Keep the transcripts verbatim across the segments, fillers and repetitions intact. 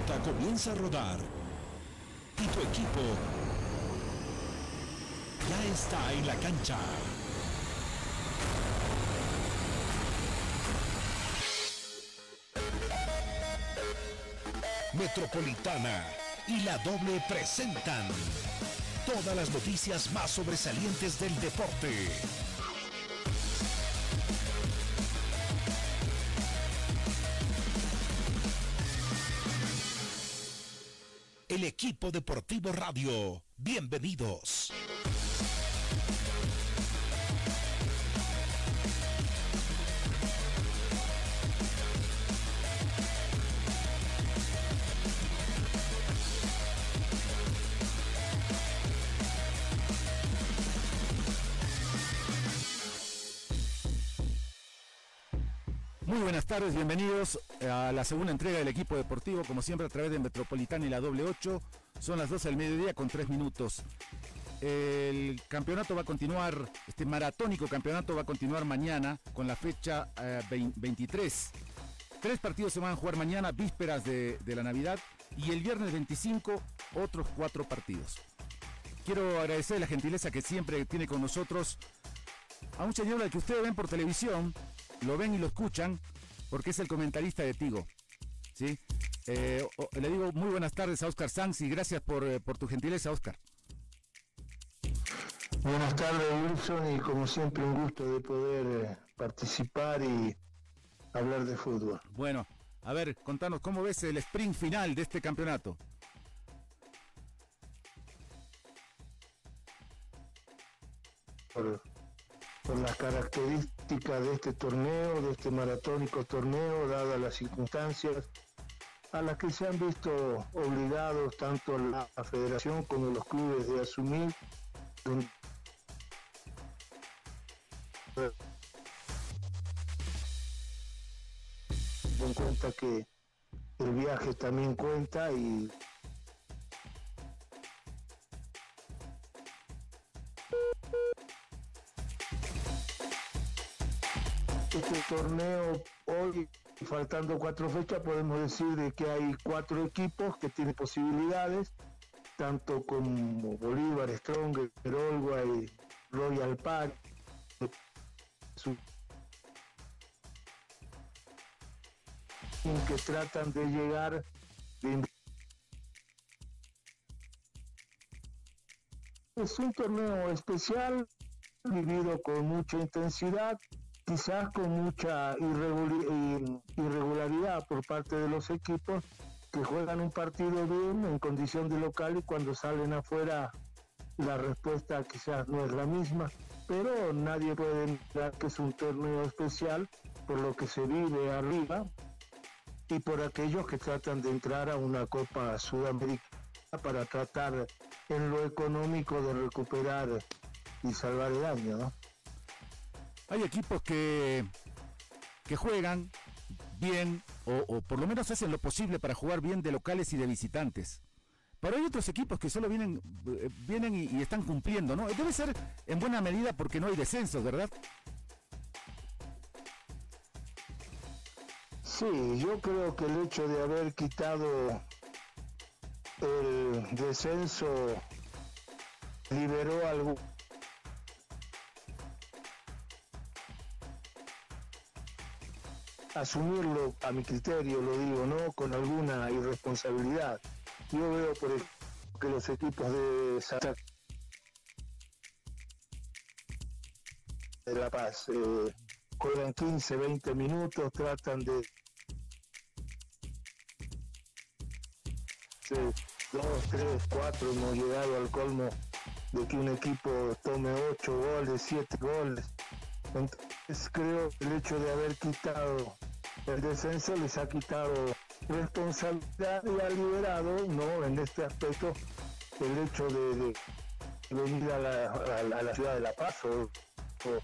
pelota comienza a rodar y tu equipo ya está en la cancha. Metropolitana y La Doble presentan todas las noticias más sobresalientes del deporte. El equipo deportivo radio, bienvenidos. Muy buenas tardes, bienvenidos a la segunda entrega del equipo deportivo, como siempre a través de Metropolitana y La Doble ocho. Son las doce del mediodía con tres minutos. El campeonato va a continuar, este maratónico campeonato va a continuar mañana con la fecha eh, veintitrés. Tres partidos se van a jugar mañana, vísperas de, de la Navidad, y el viernes veinticinco otros cuatro partidos. Quiero agradecer la gentileza que siempre tiene con nosotros a un señor al que ustedes ven por televisión, lo ven y lo escuchan, porque es el comentarista de Tigo, ¿sí? Eh, o, le digo muy buenas tardes a Oscar Sanz y gracias por, eh, por tu gentileza, Oscar. Buenas tardes, Wilson, y como siempre un gusto de poder eh, participar y hablar de fútbol. Bueno, a ver, contanos, ¿cómo ves el sprint final de este campeonato? Por, por las características de este torneo, de este maratónico torneo, dadas las circunstancias a las que se han visto obligados tanto la federación como los clubes de asumir, donde en cuenta que el viaje también cuenta y este torneo hoy, faltando cuatro fechas, podemos decir de que hay cuatro equipos que tienen posibilidades, tanto como Bolívar, Strong, Olguay, Royal Park, que tratan de llegar de... Es un torneo especial, vivido con mucha intensidad, quizás con mucha irregularidad por parte de los equipos que juegan un partido bien en condición de local y cuando salen afuera la respuesta quizás no es la misma, pero nadie puede negar que es un torneo especial por lo que se vive arriba y por aquellos que tratan de entrar a una Copa Sudamericana para tratar en lo económico de recuperar y salvar el año, ¿no? Hay equipos que, que juegan bien o, o por lo menos hacen lo posible para jugar bien de locales y de visitantes. Pero hay otros equipos que solo vienen, vienen y, y están cumpliendo, ¿no? Debe ser en buena medida porque no hay descensos, ¿verdad? Sí, yo creo que el hecho de haber quitado el descenso liberó algo. Asumirlo, a mi criterio lo digo, ¿no? Con alguna irresponsabilidad. Yo veo por ejemplo que los equipos de Santa de La Paz eh, juegan quince, veinte minutos, tratan de dos, tres, cuatro, hemos llegado al colmo de que un equipo tome ocho goles, siete goles. Entonces creo que el hecho de haber quitado el descenso les ha quitado responsabilidad y ha liberado, ¿no? En este aspecto, el hecho de, de venir a la, a, la, a la ciudad de La Paz o, o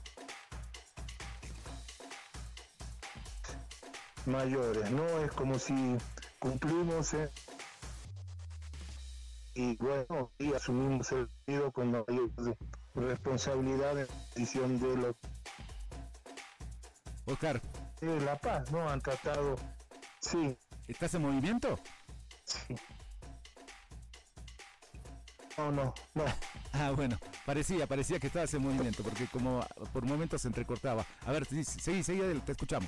mayores, ¿no? Es como si cumplimos eh, y bueno, y asumimos el partido con mayor responsabilidad en la decisión de los Oscar, de La Paz, ¿no? Han tratado, sí. ¿estás en movimiento? no, no, no. Ah, bueno, parecía, parecía que estabas en movimiento, porque como por momentos se entrecortaba. A ver, seguí, seguí, te escuchamos.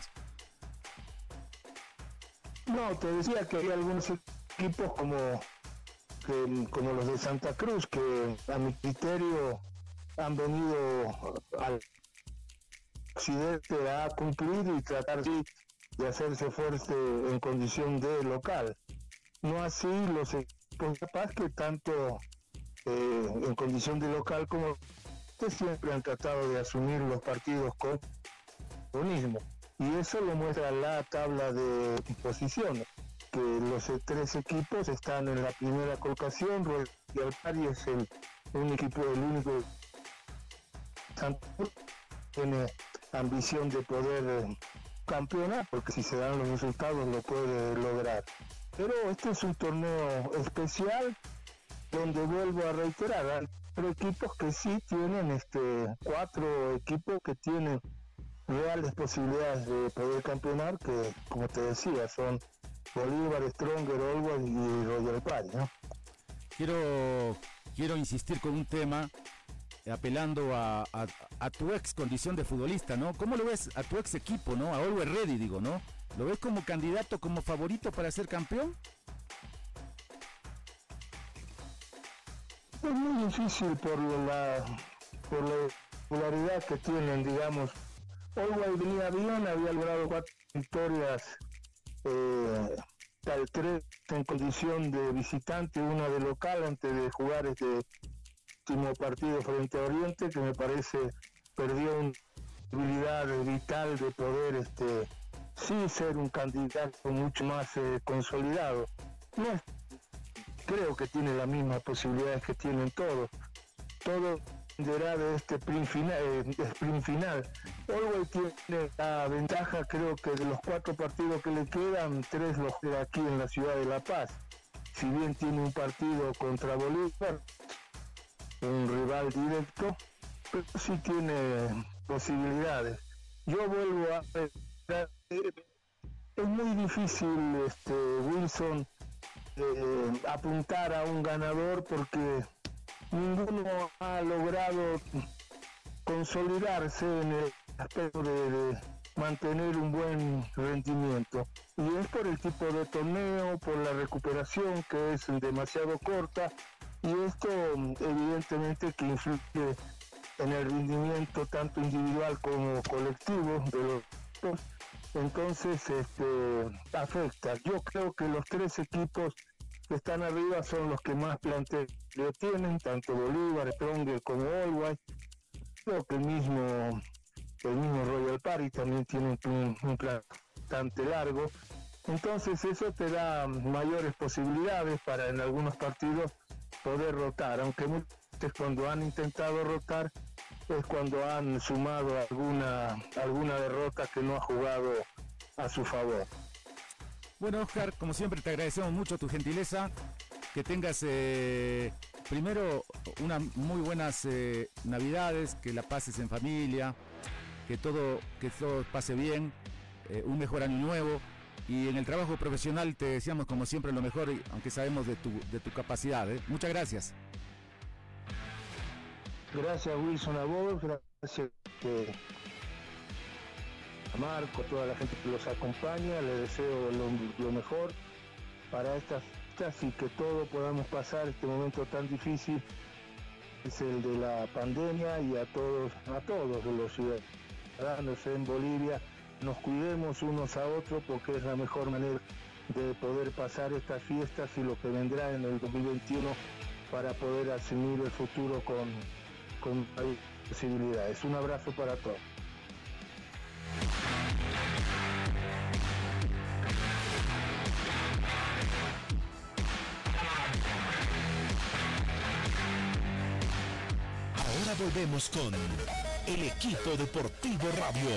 No, te decía que hay algunos equipos como, que, como los de Santa Cruz, que a mi criterio han venido al occidente a cumplir y tratar de, de hacerse fuerte en condición de local. No así los equipos capaz que tanto eh, en condición de local como que siempre han tratado de asumir los partidos con protagonismo. Y eso lo muestra la tabla de posiciones, que los tres equipos están en la primera colocación. Royal Party es el, un equipo, el único que tiene ambición de poder eh, campeonar, porque si se dan los resultados lo puede lograr. Pero este es un torneo especial donde vuelvo a reiterar, hay tres equipos que sí tienen, este, cuatro equipos que tienen reales posibilidades de poder campeonar, que como te decía son Bolívar, Stronger, Always y Royal Party, ¿no? Quiero, quiero insistir con un tema, apelando a, a, a tu ex condición de futbolista, ¿no? ¿Cómo lo ves a tu ex equipo, ¿no? A Always Ready, digo, ¿no? ¿Lo ves como candidato, como favorito para ser campeón? Es muy difícil por la, por la popularidad que tienen, digamos. Always venía bien, había logrado cuatro victorias, eh, tal tres en condición de visitante, una de local antes de jugar este último partido frente a Oriente, que me parece perdió una habilidad vital de poder este sí ser un candidato mucho más eh, consolidado. No es, creo que tiene las mismas posibilidades que tienen todos. Todo dependerá de este sprint final. Eh, sprint final. Always tiene la ventaja, creo que de los cuatro partidos que le quedan, tres los juega aquí en la ciudad de La Paz. Si bien tiene un partido contra Bolívar, un rival directo, pero sí tiene posibilidades. Yo vuelvo a... Eh, es muy difícil, este, Wilson, eh, apuntar a un ganador porque ninguno ha logrado consolidarse en el aspecto de, de mantener un buen rendimiento. Y es por el tipo de torneo, por la recuperación que es demasiado corta, y esto evidentemente que influye en el rendimiento tanto individual como colectivo de los equipos. Entonces este, afecta. Yo creo que los tres equipos que están arriba son los que más plantel tienen, tanto Bolívar, Stronger como Always. Creo que el mismo, el mismo Royal Party también tiene un, un plan bastante largo. Entonces eso te da mayores posibilidades para en algunos partidos poder rotar, aunque muchas veces cuando han intentado rotar es cuando han sumado alguna, alguna derrota que no ha jugado a su favor. Bueno, Oscar, como siempre te agradecemos mucho tu gentileza, que tengas eh, primero unas muy buenas eh, navidades, que la pases en familia, que todo, que todo pase bien, eh, un mejor año nuevo, y en el trabajo profesional te deseamos como siempre lo mejor, aunque sabemos de tu, de tu capacidad, ¿eh? Muchas gracias. Gracias, Wilson, a vos, gracias eh, a Marco, a toda la gente que los acompaña. Les deseo lo, lo mejor para estas fiestas y que todos podamos pasar este momento tan difícil, es el de la pandemia, y a todos, a todos los ciudadanos en Bolivia nos cuidemos unos a otros, porque es la mejor manera de poder pasar estas fiestas y lo que vendrá en el dos mil veintiuno para poder asumir el futuro con con posibilidades. Un abrazo para todos. Ahora volvemos con el equipo deportivo radio.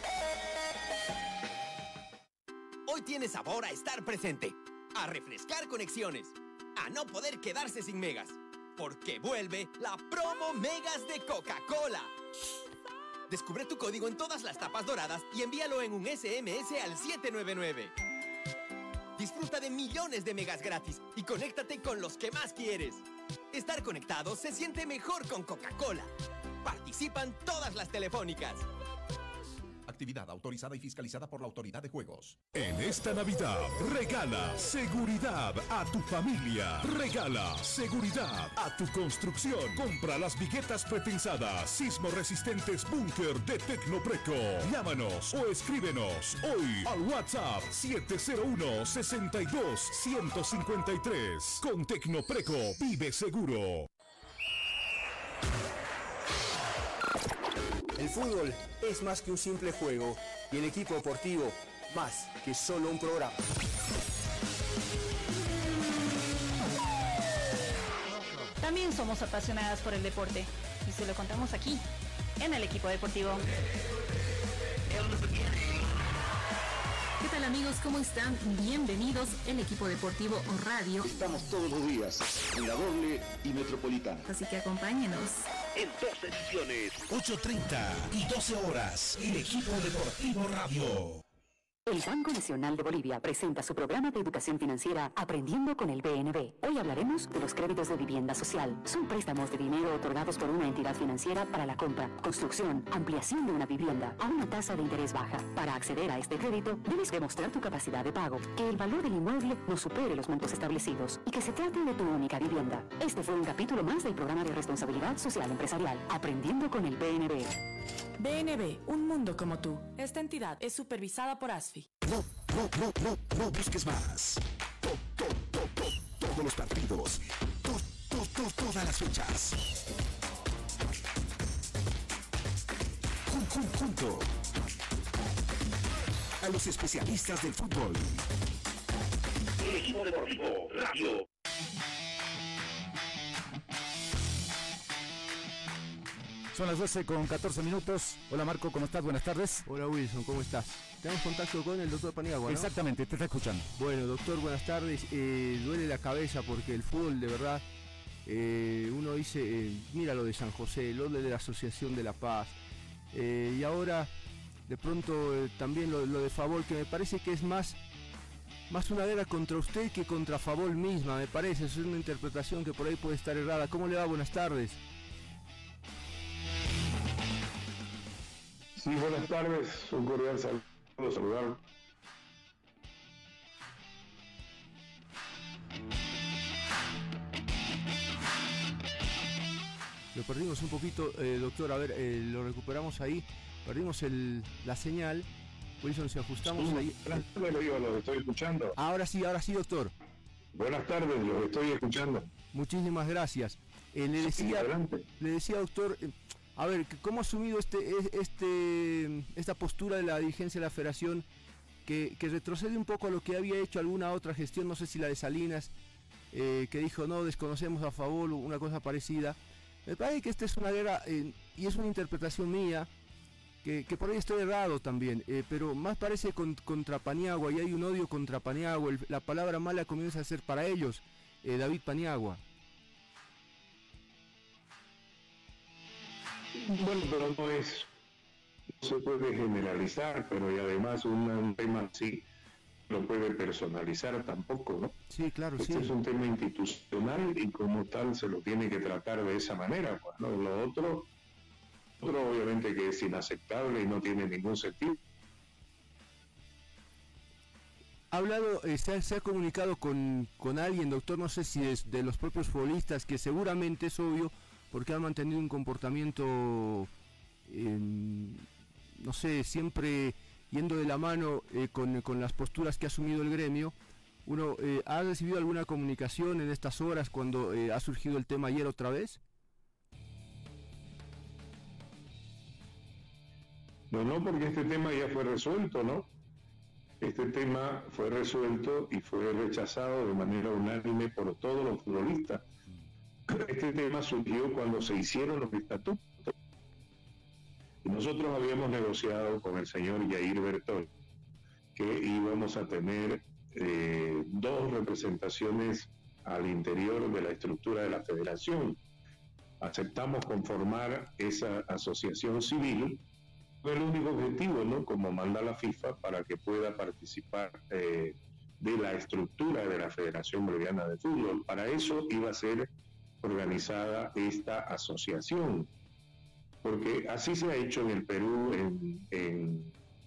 Hoy tiene sabor a estar presente, a refrescar conexiones, a no poder quedarse sin megas. Porque vuelve la promo Megas de Coca-Cola. Descubre tu código en todas las tapas doradas y envíalo en un ese eme ese al siete nueve nueve. Disfruta de millones de megas gratis y conéctate con los que más quieres. Estar conectado se siente mejor con Coca-Cola. Participan todas las telefónicas. Actividad autorizada y fiscalizada por la Autoridad de Juegos. En esta Navidad, regala seguridad a tu familia. Regala seguridad a tu construcción. Compra las viguetas pretensadas sismo resistentes Búnker de Tecnopreco. Llámanos o escríbenos hoy al WhatsApp siete cero uno, seis dos, uno cinco tres. Con Tecnopreco, vive seguro. El fútbol es más que un simple juego y el equipo deportivo más que solo un programa. También somos apasionadas por el deporte y se lo contamos aquí, en el equipo deportivo. ¿Qué tal amigos? ¿Cómo están? Bienvenidos el equipo deportivo o radio. Estamos todos los días en la Doble y Metropolitana. Así que acompáñenos. En dos ediciones, ocho treinta y doce horas, el equipo deportivo radio. El Banco Nacional de Bolivia presenta su programa de educación financiera Aprendiendo con el B N B. Hoy hablaremos de los créditos de vivienda social. Son préstamos de dinero otorgados por una entidad financiera para la compra, construcción, ampliación de una vivienda a una tasa de interés baja. Para acceder a este crédito, debes demostrar tu capacidad de pago, que el valor del inmueble no supere los montos establecidos y que se trate de tu única vivienda. Este fue un capítulo más del programa de responsabilidad social empresarial Aprendiendo con el B N B. B N B, un mundo como tú. Esta entidad es supervisada por A S F I. No, no, no, no, no busques más. To, to, to, to, todos los partidos. To, to, to, todas las fechas. Jun, jun, junto a los especialistas del fútbol. El equipo deportivo radio. Son las doce con catorce minutos. Hola Marco, ¿cómo estás? Buenas tardes. Hola Wilson, ¿cómo estás? Tenemos contacto con el doctor Paniagua, ¿no? Exactamente, te está escuchando. Bueno, doctor, buenas tardes. Eh, duele la cabeza porque el fútbol, de verdad, eh, uno dice, eh, mira lo de San José, lo de la Asociación de La Paz. Eh, y ahora, de pronto, eh, también lo, lo de Favol, que me parece que es más, más una guerra contra usted que contra Favol misma, me parece. Es una interpretación que por ahí puede estar errada. ¿Cómo le va? Buenas tardes. Sí, buenas tardes, un cordial saludo, saludar. Lo perdimos un poquito, eh, doctor, a ver, eh, lo recuperamos ahí, perdimos el, la señal. Wilson, si ajustamos sí, ahí. Buenas tardes, lo digo, los estoy escuchando. Ahora sí, ahora sí, doctor. Buenas tardes, los estoy escuchando. Muchísimas gracias. Eh, le decía, sí, le decía, doctor, eh, a ver, ¿cómo ha asumido este, este, esta postura de la dirigencia de la federación que, que retrocede un poco a lo que había hecho alguna otra gestión, no sé si la de Salinas, eh, que dijo no, desconocemos a favor, una cosa parecida? Me parece que esta es una guerra, eh, y es una interpretación mía, que, que por ahí estoy errado también, eh, pero más parece con, contra Paniagua, y hay un odio contra Paniagua, el, la palabra mala comienza a ser para ellos, eh, David Paniagua. Bueno, pero no es, no se puede generalizar, pero y además un, un tema así no puede personalizar tampoco, ¿no? Sí, claro, este sí. Es un tema institucional y como tal se lo tiene que tratar de esa manera, pues, ¿no? Lo otro, otro obviamente que es inaceptable y no tiene ningún sentido. ¿Ha hablado, eh, se, ha, se ha comunicado con, con alguien, doctor, no sé si es de los propios futbolistas, que seguramente es obvio, porque han mantenido un comportamiento, eh, no sé, siempre yendo de la mano eh, con, con las posturas que ha asumido el gremio? Uno, eh, ¿ha recibido alguna comunicación en estas horas cuando eh, ha surgido el tema ayer otra vez? No, no, porque este tema ya fue resuelto, ¿no? Este tema fue resuelto y fue rechazado de manera unánime por todos los futbolistas. Este tema surgió cuando se hicieron los estatutos. Y nosotros habíamos negociado con el señor Jair Bertol que íbamos a tener eh, dos representaciones al interior de la estructura de la federación. Aceptamos conformar esa asociación civil con el único objetivo, ¿no?, como manda la FIFA, para que pueda participar eh, de la estructura de la Federación Boliviana de Fútbol. Para eso iba a ser organizada esta asociación, porque así se ha hecho en el Perú, en, en,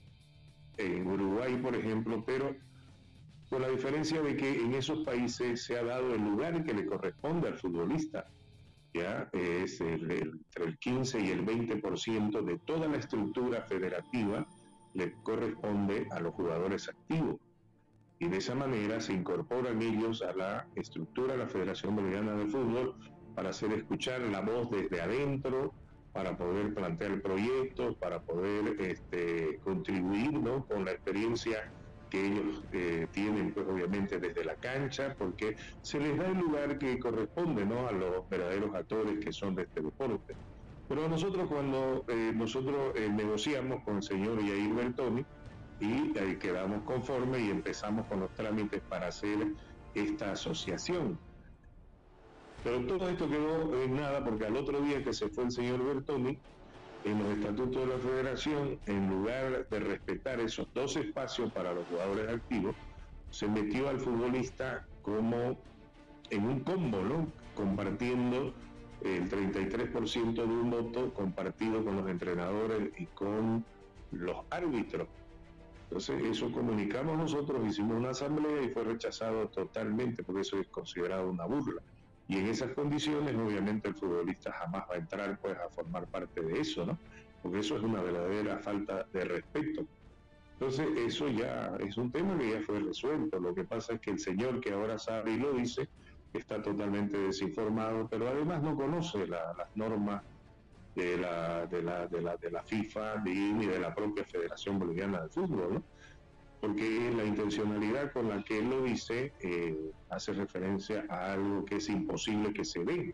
en Uruguay, por ejemplo, pero con la diferencia de que en esos países se ha dado el lugar que le corresponde al futbolista. Ya es el, el, entre el quince y el veinte por ciento de toda la estructura federativa le corresponde a los jugadores activos, y de esa manera se incorporan ellos a la estructura de la Federación Boliviana de Fútbol para hacer escuchar la voz desde adentro, para poder plantear proyectos, para poder este, contribuir, ¿no?, con la experiencia que ellos eh, tienen, pues obviamente desde la cancha, porque se les da el lugar que corresponde, ¿no?, a los verdaderos actores que son de este deporte. Pero nosotros cuando eh, nosotros eh, negociamos con el señor Yair Bertoni y eh, quedamos conformes y empezamos con los trámites para hacer esta asociación. Pero todo esto quedó en nada, porque al otro día que se fue el señor Bertoni, en los estatutos de la federación, en lugar de respetar esos dos espacios para los jugadores activos, se metió al futbolista como en un combo, ¿no?, compartiendo el treinta y tres por ciento de un voto compartido con los entrenadores y con los árbitros. Entonces eso comunicamos nosotros, hicimos una asamblea y fue rechazado totalmente, porque eso es considerado una burla. Y en esas condiciones, obviamente, el futbolista jamás va a entrar, pues, a formar parte de eso, ¿no? Porque eso es una verdadera falta de respeto. Entonces, eso ya es un tema que ya fue resuelto. Lo que pasa es que el señor que ahora sabe y lo dice, está totalmente desinformado, pero además no conoce la, las normas de la, de la, de la, de la FIFA ni de la propia Federación Boliviana de Fútbol, ¿no? Porque la intencionalidad con la que él lo dice eh, hace referencia a algo que es imposible que se dé.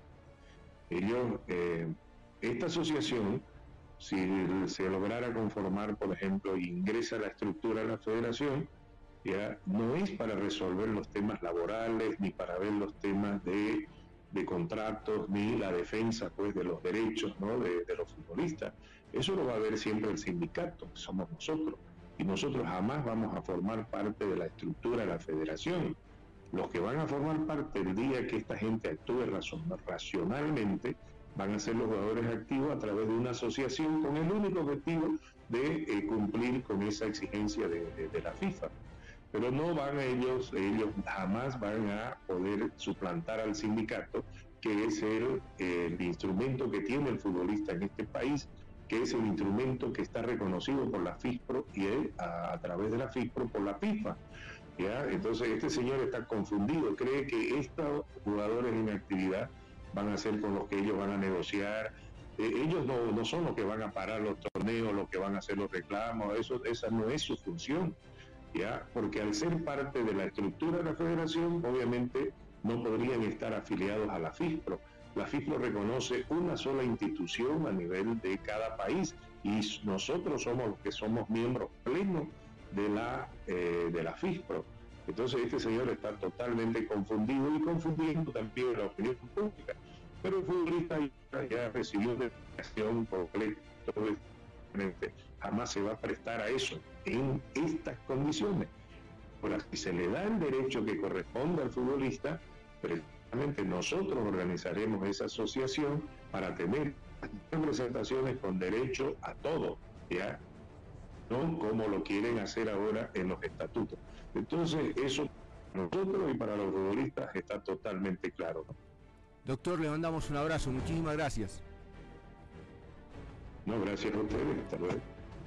Ellos, eh, esta asociación, si se lograra conformar, por ejemplo, y ingresa a la estructura de la federación, ya no es para resolver los temas laborales, ni para ver los temas de, de contratos, ni la defensa, pues, de los derechos, ¿no?, de, de los futbolistas. Eso lo va a ver siempre el sindicato, que somos nosotros. Y nosotros jamás vamos a formar parte de la estructura de la federación. Los que van a formar parte el día que esta gente actúe racionalmente van a ser los jugadores activos a través de una asociación con el único objetivo de eh, cumplir con esa exigencia de, de, de la FIFA. Pero no van a ellos, ellos jamás van a poder suplantar al sindicato, que es el, el instrumento que tiene el futbolista en este país, que es el instrumento que está reconocido por la FIFPRO y él, a, a través de la FIFPRO por la FIFA. ¿Ya? Entonces este señor está confundido, cree que estos jugadores en actividad van a ser con los que ellos van a negociar. Eh, ellos no, no son los que van a parar los torneos, los que van a hacer los reclamos, eso, esa no es su función, ¿ya? Porque al ser parte de la estructura de la federación, obviamente no podrían estar afiliados a la FIFPRO. La FIFPRO reconoce una sola institución a nivel de cada país y nosotros somos los que somos miembros plenos de la, eh, de la FIFPRO. Entonces este señor está totalmente confundido y confundiendo también la opinión pública. Pero el futbolista ya, ya recibió una educación completa, jamás se va a prestar a eso en estas condiciones. Ahora, si se le da el derecho que corresponde al futbolista, precisamente nosotros organizaremos esa asociación para tener representaciones con derecho a todo, ¿ya? No como lo quieren hacer ahora en los estatutos. Entonces, eso para nosotros y para los futbolistas está totalmente claro, ¿no? Doctor, le mandamos un abrazo, muchísimas gracias. No, gracias a ustedes, hasta luego.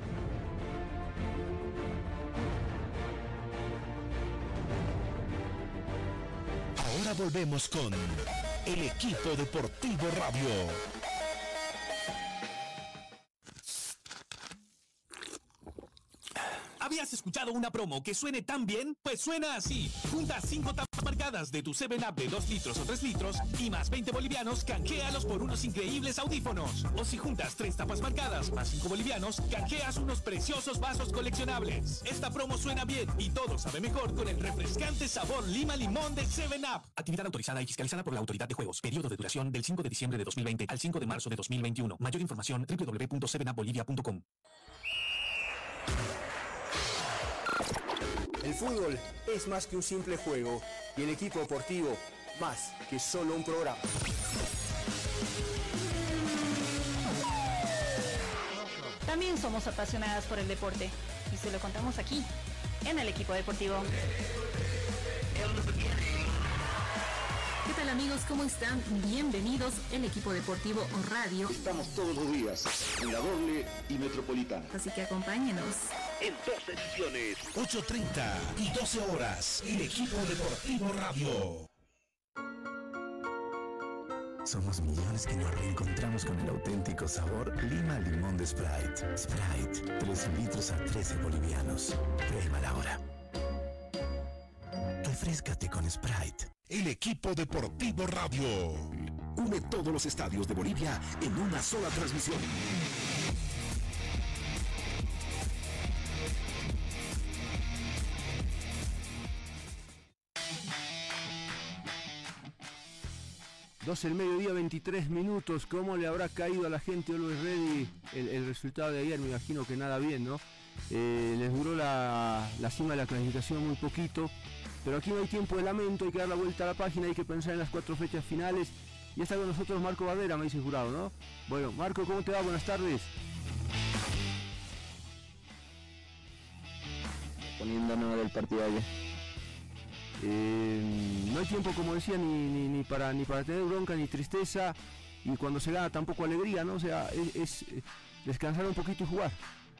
Ahora volvemos con el equipo deportivo radio. ¿Habías escuchado una promo que suene tan bien? Pues suena así. Junta cinco tapas marcadas de tu seven up de dos litros o tres litros y más veinte bolivianos, canjealos por unos increíbles audífonos. O si juntas tres tapas marcadas más cinco bolivianos, canjeas unos preciosos vasos coleccionables. Esta promo suena bien y todo sabe mejor con el refrescante sabor lima limón de seven up. Actividad autorizada y fiscalizada por la Autoridad de Juegos. Periodo de duración del cinco de diciembre de dos mil veinte al cinco de marzo de dos mil veintiuno. Mayor información doble u doble u doble u punto seven up bolivia punto com. El fútbol es más que un simple juego y el equipo deportivo más que solo un programa. También somos apasionadas por el deporte y se lo contamos aquí, en el equipo deportivo. ¿Qué tal amigos? ¿Cómo están? Bienvenidos el equipo deportivo Radio. Estamos todos los días en La Doble y Metropolitana. Así que acompáñenos. En dos ediciones, ocho treinta y doce horas, el equipo deportivo Radio. Somos millones que nos reencontramos con el auténtico sabor Lima Limón de Sprite. Sprite, tres litros a trece bolivianos. Pruébala ahora. Refréscate con Sprite. El equipo deportivo Radio une todos los estadios de Bolivia en una sola transmisión. doce del mediodía, veintitrés minutos. ¿Cómo le habrá caído a la gente Always Ready el, el resultado de ayer? Me imagino que nada bien, ¿no? Eh, les duró la, la cima de la clasificación muy poquito. Pero aquí no hay tiempo de lamento, hay que dar la vuelta a la página, hay que pensar en las cuatro fechas finales. Y está con nosotros Marco Bardera, me dice Jurado, ¿no? Bueno, Marco, ¿cómo te va? Buenas tardes. Poniéndonos del partido ayer. Eh, no hay tiempo, como decía, ni, ni, ni, para, ni para tener bronca ni tristeza, y cuando se gana tampoco alegría, ¿no? O sea, es, es descansar un poquito y jugar.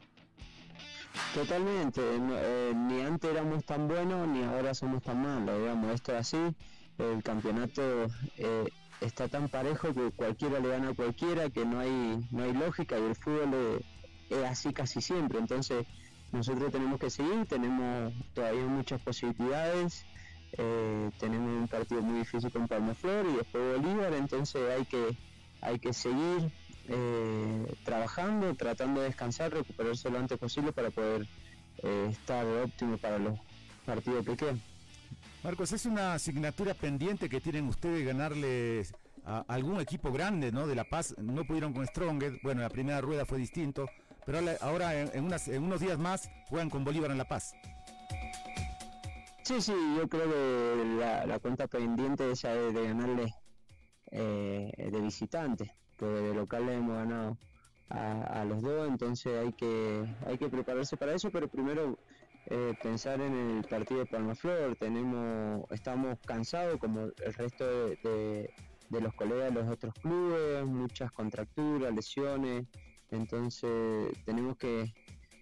Totalmente, no, eh, ni antes éramos tan buenos ni ahora somos tan malos, digamos, esto es así, el campeonato eh, está tan parejo que cualquiera le gana a cualquiera, que no hay, no hay lógica, y el fútbol es, es así casi siempre. Entonces nosotros tenemos que seguir, tenemos todavía muchas posibilidades. Eh, tenemos un partido muy difícil con Palmaflor y después Bolívar, entonces hay que hay que seguir eh, trabajando, tratando de descansar, recuperarse lo antes posible para poder eh, estar óptimo para los partidos que quedan. Marcos, es una asignatura pendiente que tienen ustedes, ganarle a algún equipo grande, ¿no? De La Paz. No pudieron con Strongest, bueno, la primera rueda fue distinto, pero ahora en, en, unas, en unos días más juegan con Bolívar en La Paz. Sí, sí, yo creo que la, la cuenta pendiente esa es de ganarle eh, de visitante, porque de local le hemos ganado a, a los dos, entonces hay que hay que prepararse para eso, pero primero eh, pensar en el partido de Palmaflor. Tenemos, estamos cansados como el resto de, de, de los colegas de los otros clubes, muchas contracturas, lesiones, entonces tenemos que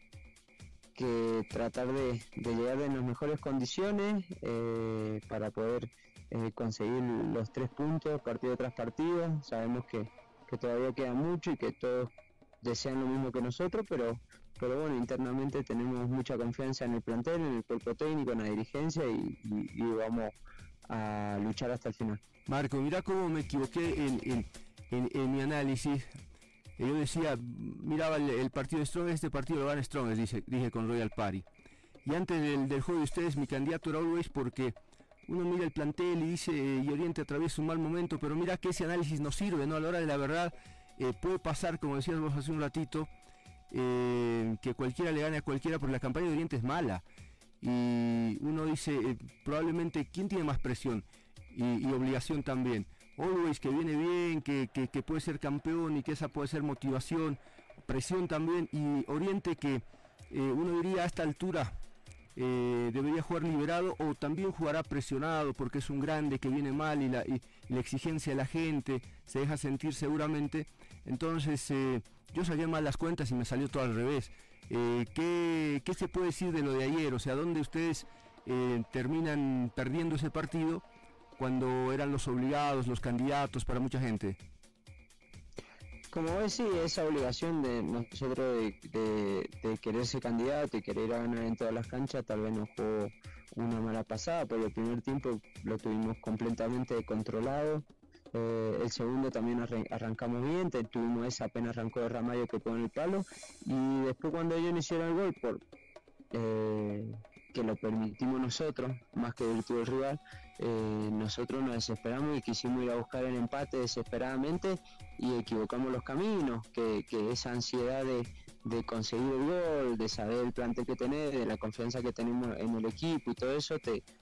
que tratar de, de llegar en las mejores condiciones eh, para poder eh, conseguir los tres puntos partido tras partido. Sabemos que, que todavía queda mucho y que todos desean lo mismo que nosotros, pero pero bueno, internamente tenemos mucha confianza en el plantel, en el cuerpo técnico, en la dirigencia, y, y, y vamos a luchar hasta el final. Marco, mirá cómo me equivoqué en, en, en, en mi análisis. Yo decía, miraba el, el partido de Strongest, este partido lo gana Strongest, dije, dije con Royal Party. Y antes del, del juego de ustedes, mi candidato era Always, porque uno mira el plantel y dice, y Oriente atraviesa un mal momento, pero mira que ese análisis no sirve, ¿no? A la hora de la verdad, eh, puede pasar, como decías vos hace un ratito, eh, que cualquiera le gane a cualquiera, porque la campaña de Oriente es mala. Y uno dice, eh, probablemente, ¿quién tiene más presión? Y, y obligación también. Always, que viene bien, que, que, que puede ser campeón y que esa puede ser motivación, presión también, y Oriente que eh, uno diría a esta altura eh, debería jugar liberado, o también jugará presionado porque es un grande que viene mal y la, y, y la exigencia de la gente se deja sentir seguramente. Entonces eh, yo saqué mal las cuentas y me salió todo al revés. Eh, ¿qué, ¿Qué se puede decir de lo de ayer? O sea, ¿dónde ustedes eh, terminan perdiendo ese partido cuando eran los obligados, los candidatos para mucha gente? Como ves, sí, esa obligación de nosotros de, de, de querer ser candidato y querer ir a ganar en todas las canchas, tal vez nos jugó una mala pasada, pero el primer tiempo lo tuvimos completamente controlado. Eh, el segundo también arran arrancamos bien, tuvimos esa, apenas arrancó de Ramallo que pone el palo, y después cuando ellos no hicieron el gol, por eh, que lo permitimos nosotros, más que virtud del rival, eh, nosotros nos desesperamos y quisimos ir a buscar el empate desesperadamente y equivocamos los caminos, que, que esa ansiedad de, de conseguir el gol, de saber el plantel que tenés, de la confianza que tenemos en el equipo y todo eso, te,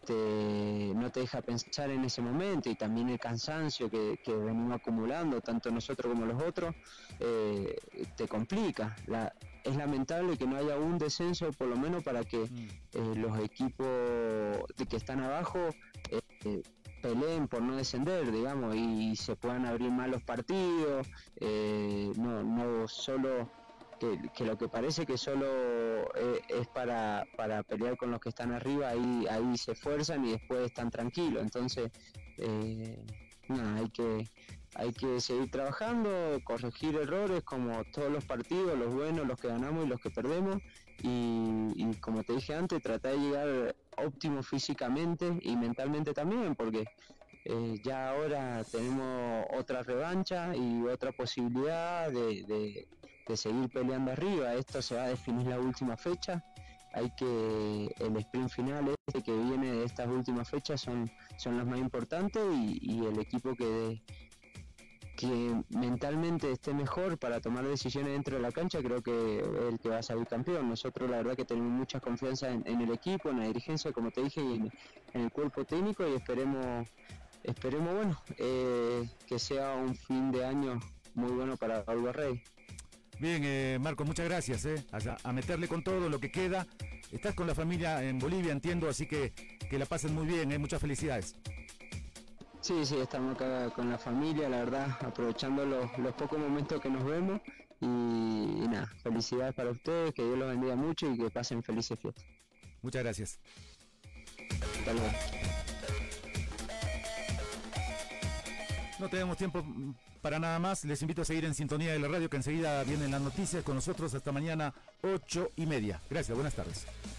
te, no te deja pensar en ese momento, y también el cansancio que, que venimos acumulando, tanto nosotros como los otros, eh, te complica. La, es lamentable que no haya un descenso, por lo menos para que eh, los equipos de que están abajo eh, eh, peleen por no descender, digamos, y, y se puedan abrir más los partidos, eh, no, no solo... Que, que lo que parece que solo eh, es para, para pelear con los que están arriba, ahí, ahí se esfuerzan y después están tranquilos. Entonces, eh, nada, hay que, hay que seguir trabajando, corregir errores como todos los partidos, los buenos, los que ganamos y los que perdemos, y, y como te dije antes, tratar de llegar óptimo físicamente y mentalmente también, porque eh, ya ahora tenemos otra revancha y otra posibilidad de, de de seguir peleando arriba. Esto se va a definir la última fecha. Hay que, el sprint final este que viene de estas últimas fechas son, son las más importantes, y, y el equipo que, que mentalmente esté mejor para tomar decisiones dentro de la cancha, creo que es el que va a salir campeón. Nosotros la verdad que tenemos mucha confianza en, en el equipo, en la dirigencia, como te dije, y en, en el cuerpo técnico, y esperemos, esperemos bueno, eh, que sea un fin de año muy bueno para Alba Rey. Bien, eh, Marco, muchas gracias, eh, a, a meterle con todo lo que queda. Estás con la familia en Bolivia, entiendo, así que que la pasen muy bien, eh, muchas felicidades. Sí, sí, estamos acá con la familia, la verdad, aprovechando los, los pocos momentos que nos vemos, y, y nada, felicidades para ustedes, que Dios los bendiga mucho y que pasen felices fiestas. Muchas gracias. Hasta luego. No tenemos tiempo para nada más. Les invito a seguir en sintonía de la radio, que enseguida vienen las noticias con nosotros. Hasta mañana, ocho y media. Gracias, buenas tardes.